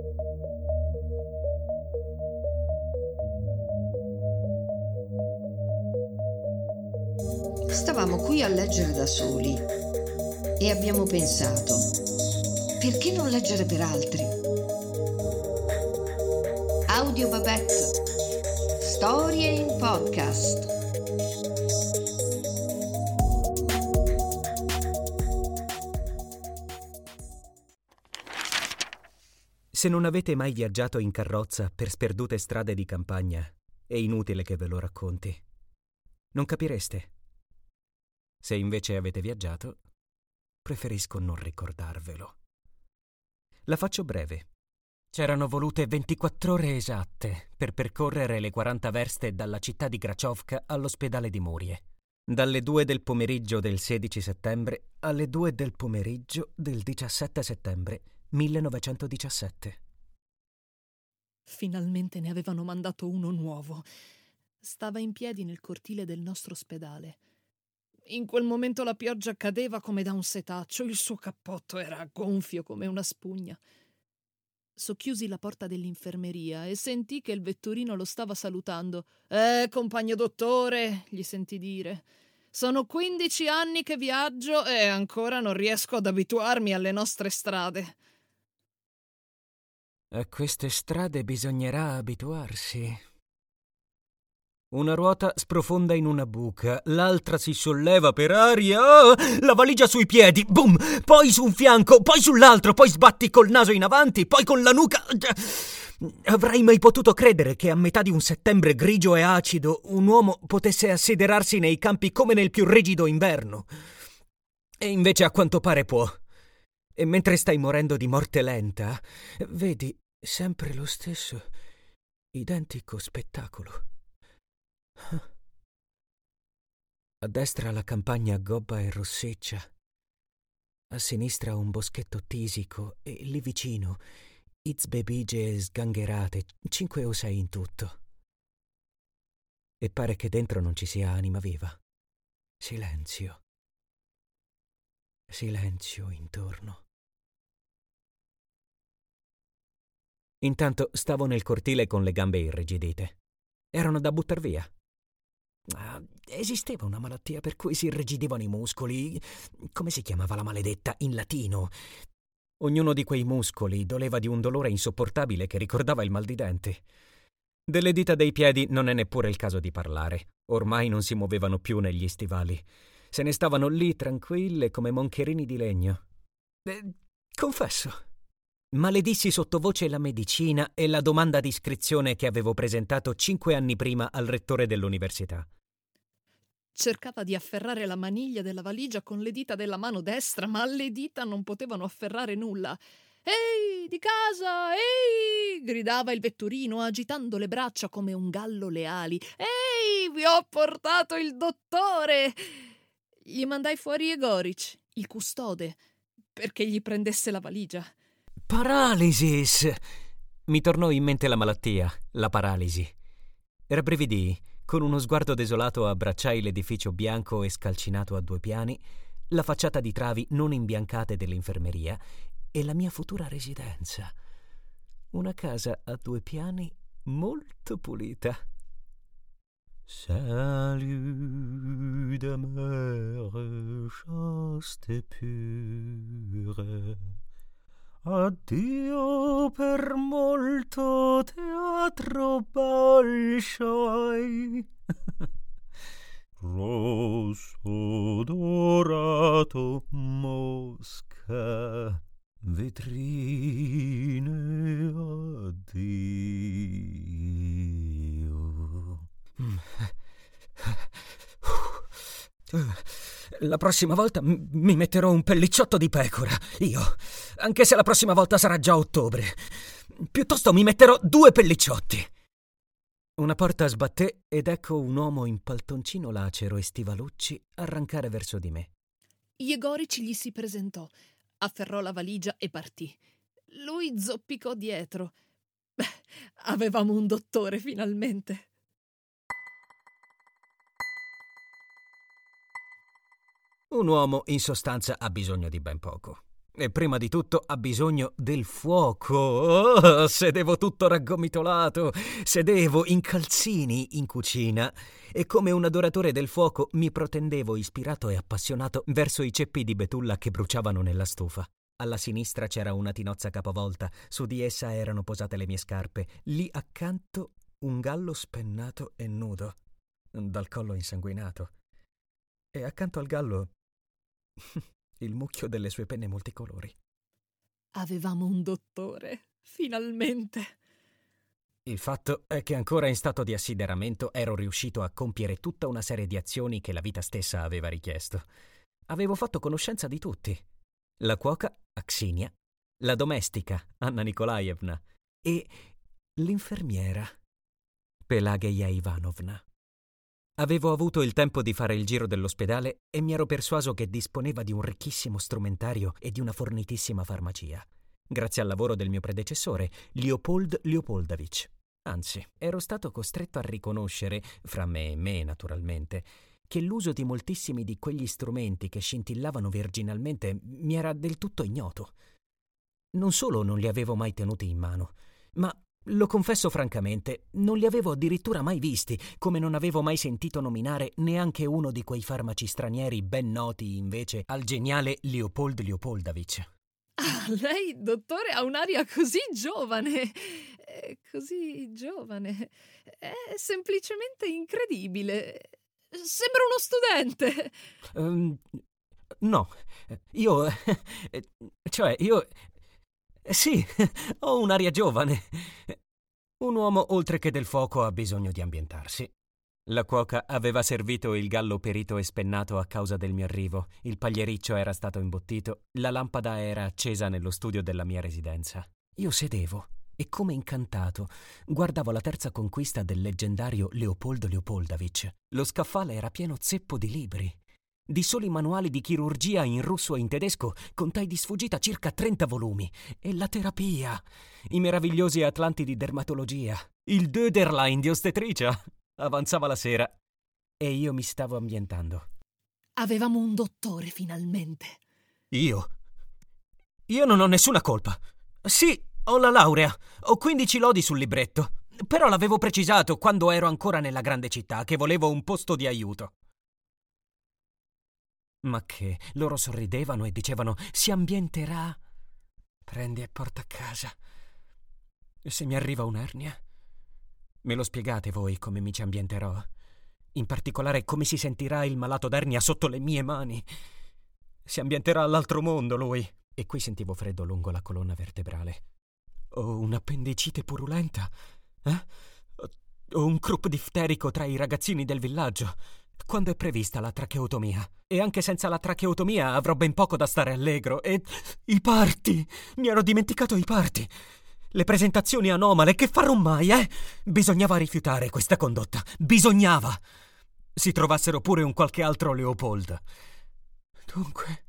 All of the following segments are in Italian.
Stavamo qui a leggere da soli e abbiamo pensato, perché non leggere per altri? Audio Babette, storie in podcast. Se non avete mai viaggiato in carrozza per sperdute strade di campagna, è inutile che ve lo racconti. Non capireste. Se invece avete viaggiato, preferisco non ricordarvelo. La faccio breve. C'erano volute 24 ore esatte per percorrere le 40 verste dalla città di Grachovka all'ospedale di Murie. Dalle 2 del pomeriggio del 16 settembre alle 2 del pomeriggio del 17 settembre 1917. Finalmente ne avevano mandato uno nuovo. Stava in piedi nel cortile del nostro ospedale. In quel momento la pioggia cadeva come da un setaccio, il suo cappotto era gonfio come una spugna. Socchiusi la porta dell'infermeria e sentì che il vetturino lo stava salutando. Compagno dottore, gli sentì dire. Sono 15 anni che viaggio e ancora non riesco ad abituarmi alle nostre strade. A queste strade bisognerà abituarsi. Una ruota sprofonda in una buca, l'altra si solleva per aria, la valigia sui piedi, boom, poi su un fianco, poi sull'altro, poi sbatti col naso in avanti, poi con la nuca. Avrei mai potuto credere che a metà di un settembre grigio e acido un uomo potesse assiderarsi nei campi come nel più rigido inverno? E invece a quanto pare può. E mentre stai morendo di morte lenta, vedi sempre lo stesso identico spettacolo. A destra la campagna gobba e rossiccia, a sinistra un boschetto tisico e lì vicino izbe bigie sgangherate, 5 o 6 in tutto. E pare che dentro non ci sia anima viva. Silenzio. Silenzio intorno. Intanto stavo nel cortile con le gambe irrigidite. Erano da buttar via. Esisteva una malattia per cui si irrigidivano i muscoli. Come si chiamava la maledetta in latino? Ognuno di quei muscoli doleva di un dolore insopportabile che ricordava il mal di denti. Delle dita dei piedi non è neppure il caso di parlare. Ormai non si muovevano più negli stivali. Se ne stavano lì tranquille come moncherini di legno. Confesso. Maledissi sottovoce la medicina e la domanda di iscrizione che avevo presentato 5 anni prima al rettore dell'università. Cercava di afferrare la maniglia della valigia con le dita della mano destra, ma le dita non potevano afferrare nulla. «Ehi, di casa! Ehi!» gridava il vetturino, agitando le braccia come un gallo le ali. «Ehi, vi ho portato il dottore!» Gli mandai fuori Egoric, il custode, perché gli prendesse la valigia. Paralisis! Mi tornò in mente la malattia, la paralisi. Rabbrividii, con uno sguardo desolato abbracciai l'edificio bianco e scalcinato a 2 piani, la facciata di travi non imbiancate dell'infermeria e la mia futura residenza. Una casa a 2 piani molto pulita. Salut de mer chaste et pure. Addio per molto teatro Bolshoi. Rosso dorato Mosca, vetrine addio. La prossima volta mi metterò un pellicciotto di pecora, io, anche se la prossima volta sarà già ottobre. Piuttosto mi metterò 2 pellicciotti. Una porta sbatté ed ecco un uomo in paltoncino lacero e stivalucci arrancare verso di me. Egoric gli si presentò, afferrò la valigia e partì. Lui zoppicò dietro. Avevamo un dottore finalmente. Un uomo, in sostanza, ha bisogno di ben poco. E prima di tutto ha bisogno del fuoco. Oh, sedevo tutto raggomitolato, sedevo in calzini in cucina e come un adoratore del fuoco mi protendevo ispirato e appassionato verso i ceppi di betulla che bruciavano nella stufa. Alla sinistra c'era una tinozza capovolta, su di essa erano posate le mie scarpe, lì accanto un gallo spennato e nudo, dal collo insanguinato, e accanto al gallo il mucchio delle sue penne multicolori. Avevamo un dottore, finalmente. Il fatto è che ancora in stato di assideramento ero riuscito a compiere tutta una serie di azioni che la vita stessa aveva richiesto. Avevo fatto conoscenza di tutti. La cuoca, Axinia, la domestica, Anna Nikolaevna, e l'infermiera, Pelageia Ivanovna. Avevo avuto il tempo di fare il giro dell'ospedale e mi ero persuaso che disponeva di un ricchissimo strumentario e di una fornitissima farmacia, grazie al lavoro del mio predecessore, Leopold Leopoldovich. Anzi, ero stato costretto a riconoscere, fra me e me naturalmente, che l'uso di moltissimi di quegli strumenti che scintillavano virginalmente mi era del tutto ignoto. Non solo non li avevo mai tenuti in mano, ma, lo confesso francamente, non li avevo addirittura mai visti, come non avevo mai sentito nominare neanche uno di quei farmaci stranieri ben noti invece al geniale Leopold Leopoldovich. Ah, lei, dottore, ha un'aria così giovane. Così giovane. È semplicemente incredibile. Sembra uno studente. No, io... io... Sì, ho un'aria giovane. Un uomo, oltre che del fuoco, ha bisogno di ambientarsi. La cuoca aveva servito il gallo perito e spennato a causa del mio arrivo, il pagliericcio era stato imbottito, la lampada era accesa nello studio della mia residenza. Io sedevo e, come incantato, guardavo la terza conquista del leggendario Leopoldo Leopoldovich. Lo scaffale era pieno zeppo di libri. Di soli manuali di chirurgia in russo e in tedesco contai di sfuggita circa 30 volumi. E la terapia, i meravigliosi atlanti di dermatologia, il Döderlein di ostetricia. Avanzava la sera e io mi stavo ambientando. Avevamo un dottore, finalmente. Io non ho nessuna colpa. Sì, ho la laurea, ho 15 lodi sul libretto, però l'avevo precisato quando ero ancora nella grande città che volevo un posto di aiuto. Ma che? Loro sorridevano e dicevano: si ambienterà. Prendi e porta a casa. E se mi arriva un'ernia? Me lo spiegate voi come mi ci ambienterò? In particolare come si sentirà il malato d'ernia sotto le mie mani? Si ambienterà all'altro mondo lui. E qui sentivo freddo lungo la colonna vertebrale. Ho un'appendicite purulenta? Ho un croup difterico tra i ragazzini del villaggio. Quando è prevista la tracheotomia? E anche senza la tracheotomia avrò ben poco da stare allegro. E i parti! Mi ero dimenticato i parti! Le presentazioni anomale, che farò mai, Bisognava rifiutare questa condotta. Bisognava! Si trovassero pure un qualche altro Leopold. Dunque...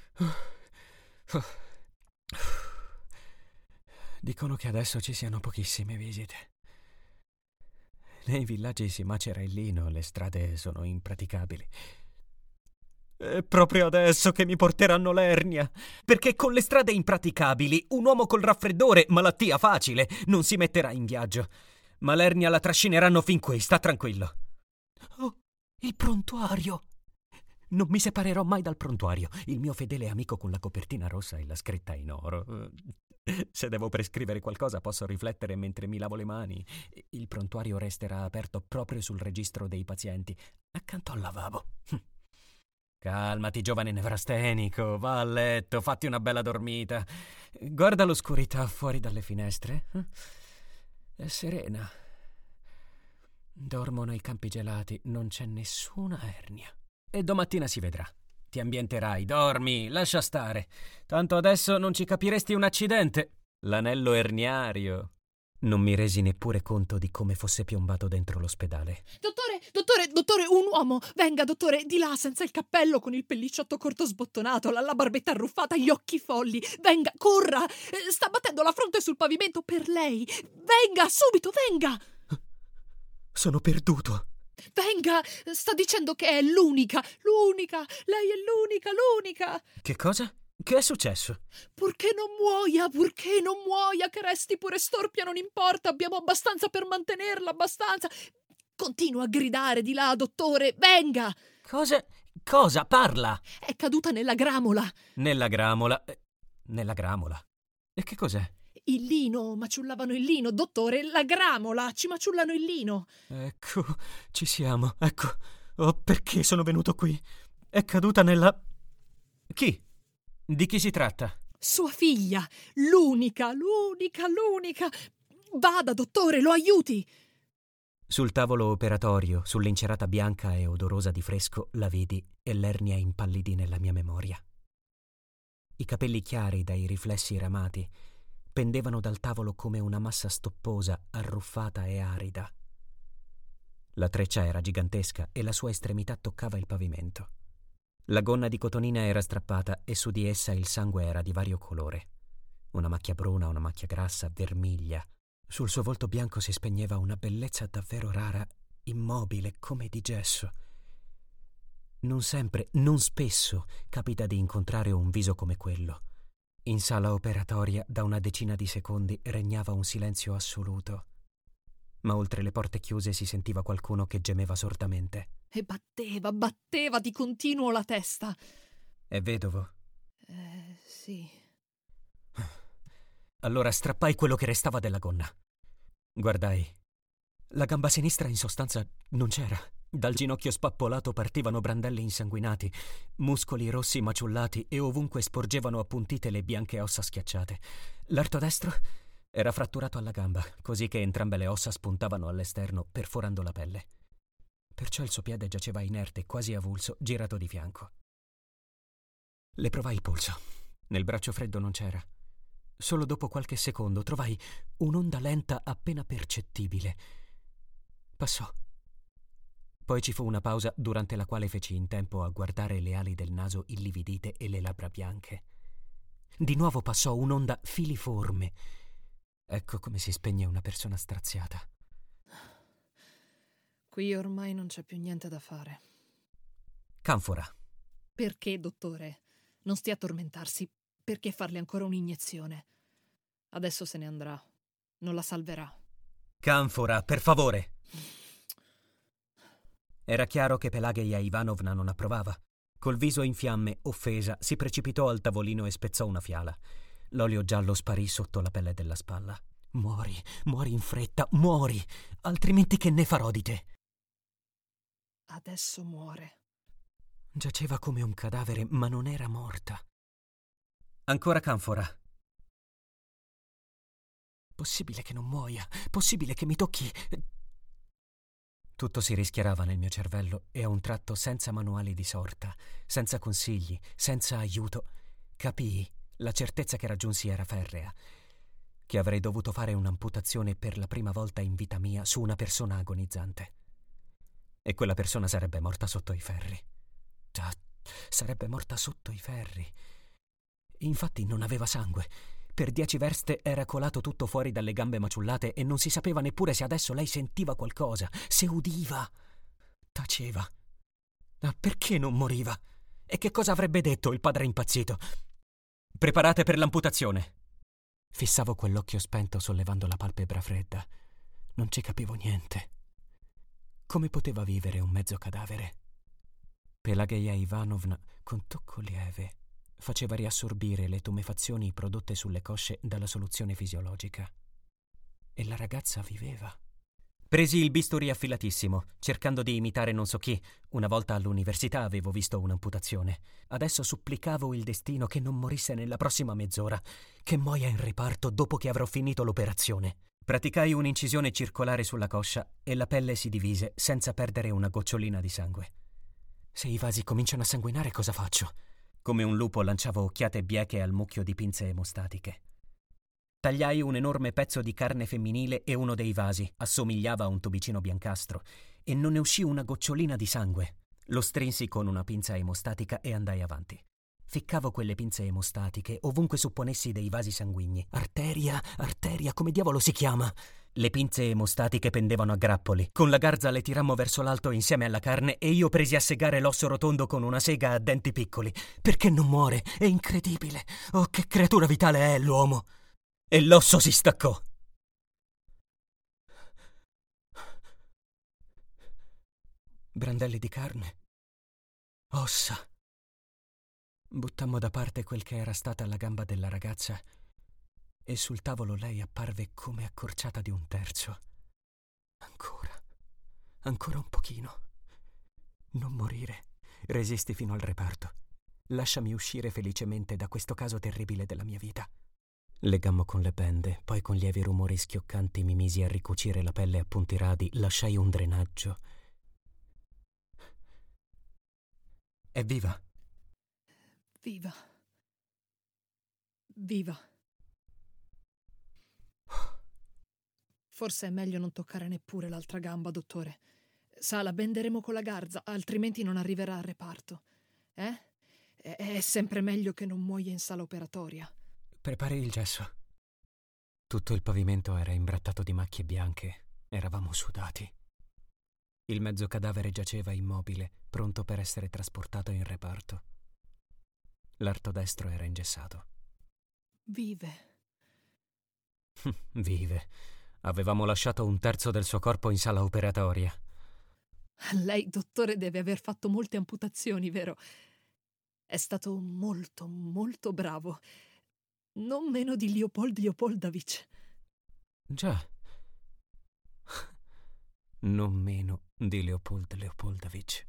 Dicono che adesso ci siano pochissime visite. Nei villaggi si macera il lino, le strade sono impraticabili. È proprio adesso che mi porteranno l'ernia, perché con le strade impraticabili un uomo col raffreddore, malattia facile, non si metterà in viaggio. Ma l'ernia la trascineranno fin qui, sta tranquillo. Oh, il prontuario! Non mi separerò mai dal prontuario, il mio fedele amico con la copertina rossa e la scritta in oro. Se devo prescrivere qualcosa posso riflettere mentre mi lavo le mani. Il prontuario resterà aperto proprio sul registro dei pazienti, accanto al lavabo. Calmati, giovane nevrastenico, va a letto, fatti una bella dormita. Guarda l'oscurità fuori dalle finestre. È serena. Dormo nei campi gelati, non c'è nessuna ernia. E domattina si vedrà. Ti ambienterai, dormi, lascia stare. Tanto adesso non ci capiresti un accidente. L'anello erniario. Non mi resi neppure conto di come fosse piombato dentro l'ospedale. Dottore, un uomo! Venga, dottore, di là, senza il cappello, con il pellicciotto corto sbottonato, la barbetta arruffata, gli occhi folli. Venga, corra! Sta battendo la fronte sul pavimento per lei. Venga, subito, venga! Sono perduto. Venga, sta dicendo che è l'unica. Lei è l'unica. Che cosa? Che è successo? Purché non muoia, che resti pure storpia non importa, abbiamo abbastanza per mantenerla, abbastanza. Continua a gridare di là, dottore, venga! Cosa? Parla! È caduta nella gramola. Nella gramola? Nella gramola? E che cos'è? Il lino, maciullavano il lino, dottore, la gramola, ci maciullano il lino. Ecco, ci siamo, ecco. Oh, perché sono venuto qui? È caduta nella... Chi? Di chi si tratta? Sua figlia, l'unica. Vada, dottore, lo aiuti. Sul tavolo operatorio, sull'incerata bianca e odorosa di fresco, la vedi e l'ernia impallidì nella mia memoria. I capelli chiari dai riflessi ramati pendevano dal tavolo come una massa stopposa, arruffata e arida. La treccia era gigantesca e la sua estremità toccava il pavimento. La gonna di cotonina era strappata e su di essa il sangue era di vario colore. Una macchia bruna, una macchia grassa, vermiglia. Sul suo volto bianco si spegneva una bellezza davvero rara, immobile, come di gesso. Non sempre, non spesso, capita di incontrare un viso come quello. In sala operatoria, da una decina di secondi, regnava un silenzio assoluto. Ma oltre le porte chiuse si sentiva qualcuno che gemeva sordamente. E batteva di continuo la testa. È vedovo? Sì. Allora strappai quello che restava della gonna. Guardai. La gamba sinistra in sostanza non c'era. Dal ginocchio spappolato partivano brandelli insanguinati, muscoli rossi maciullati e ovunque sporgevano appuntite le bianche ossa schiacciate. L'arto destro era fratturato alla gamba, così che entrambe le ossa spuntavano all'esterno, perforando la pelle. Perciò il suo piede giaceva inerte, quasi avulso, girato di fianco. Le provai il polso. Nel braccio freddo non c'era. Solo dopo qualche secondo trovai un'onda lenta appena percettibile. Passò. Poi ci fu una pausa durante la quale feci in tempo a guardare le ali del naso illividite e le labbra bianche. Di nuovo passò un'onda filiforme. Ecco come si spegne una persona straziata. Qui ormai non c'è più niente da fare. Canfora. Perché, dottore? Non stia a tormentarsi. Perché farle ancora un'iniezione? Adesso se ne andrà. Non la salverà. Canfora, per favore. Era chiaro che Pelageia Ivanovna non approvava. Col viso in fiamme, offesa, si precipitò al tavolino e spezzò una fiala. L'olio giallo sparì sotto la pelle della spalla. Muori in fretta, muori, altrimenti che ne farò di te? Adesso muore. Giaceva come un cadavere, ma non era morta. Ancora canfora. Possibile che non muoia, possibile che mi tocchi... Tutto si rischiarava nel mio cervello e a un tratto, senza manuali di sorta, senza consigli, senza aiuto, capii, la certezza che raggiunsi era ferrea, che avrei dovuto fare un'amputazione per la prima volta in vita mia su una persona agonizzante. E quella persona sarebbe morta sotto i ferri. Già, sarebbe morta sotto i ferri. Infatti non aveva sangue. Per 10 verste era colato tutto fuori dalle gambe maciullate e non si sapeva neppure se adesso lei sentiva qualcosa, se udiva. Taceva. Ma perché non moriva? E che cosa avrebbe detto il padre impazzito? Preparate per l'amputazione. Fissavo quell'occhio spento sollevando la palpebra fredda. Non ci capivo niente. Come poteva vivere un mezzo cadavere? Pelageia Ivanovna, con tocco lieve, faceva riassorbire le tumefazioni prodotte sulle cosce dalla soluzione fisiologica. E la ragazza viveva. Presi il bisturi affilatissimo, cercando di imitare non so chi. Una volta all'università avevo visto un'amputazione. Adesso supplicavo il destino che non morisse nella prossima mezz'ora, che muoia in reparto dopo che avrò finito l'operazione. Praticai un'incisione circolare sulla coscia e la pelle si divise senza perdere una gocciolina di sangue. Se i vasi cominciano a sanguinare, cosa faccio? Come un lupo lanciavo occhiate bieche al mucchio di pinze emostatiche. Tagliai un enorme pezzo di carne femminile e uno dei vasi assomigliava a un tubicino biancastro e non ne uscì una gocciolina di sangue. Lo strinsi con una pinza emostatica e andai avanti. Ficcavo quelle pinze emostatiche ovunque supponessi dei vasi sanguigni. Arteria, come diavolo si chiama? Le pinze emostatiche pendevano a grappoli. Con la garza le tirammo verso l'alto insieme alla carne e io presi a segare l'osso rotondo con una sega a denti piccoli. Perché non muore? È incredibile. Oh, che creatura vitale è l'uomo! E l'osso si staccò. Brandelli di carne. Ossa. Buttammo da parte quel che era stata la gamba della ragazza e sul tavolo lei apparve come accorciata di un terzo. Ancora un pochino. Non morire. Resisti fino al reparto. Lasciami uscire felicemente da questo caso terribile della mia vita. Legammo con le bende, poi con lievi rumori schioccanti mi misi a ricucire la pelle a punti radi, lasciai un drenaggio. È viva? Viva. Viva. Forse è meglio non toccare neppure l'altra gamba, dottore. Sa, la benderemo con la garza, altrimenti non arriverà al reparto. È sempre meglio che non muoia in sala operatoria. Prepari il gesso. Tutto il pavimento era imbrattato di macchie bianche. Eravamo sudati. Il mezzo cadavere giaceva immobile, pronto per essere trasportato in reparto. L'arto destro era ingessato. Vive. Vive. Avevamo lasciato un terzo del suo corpo in sala operatoria. Lei, dottore, deve aver fatto molte amputazioni, vero? È stato molto, molto bravo. Non meno di Leopold Leopoldovich. Già. Non meno di Leopold Leopoldovich.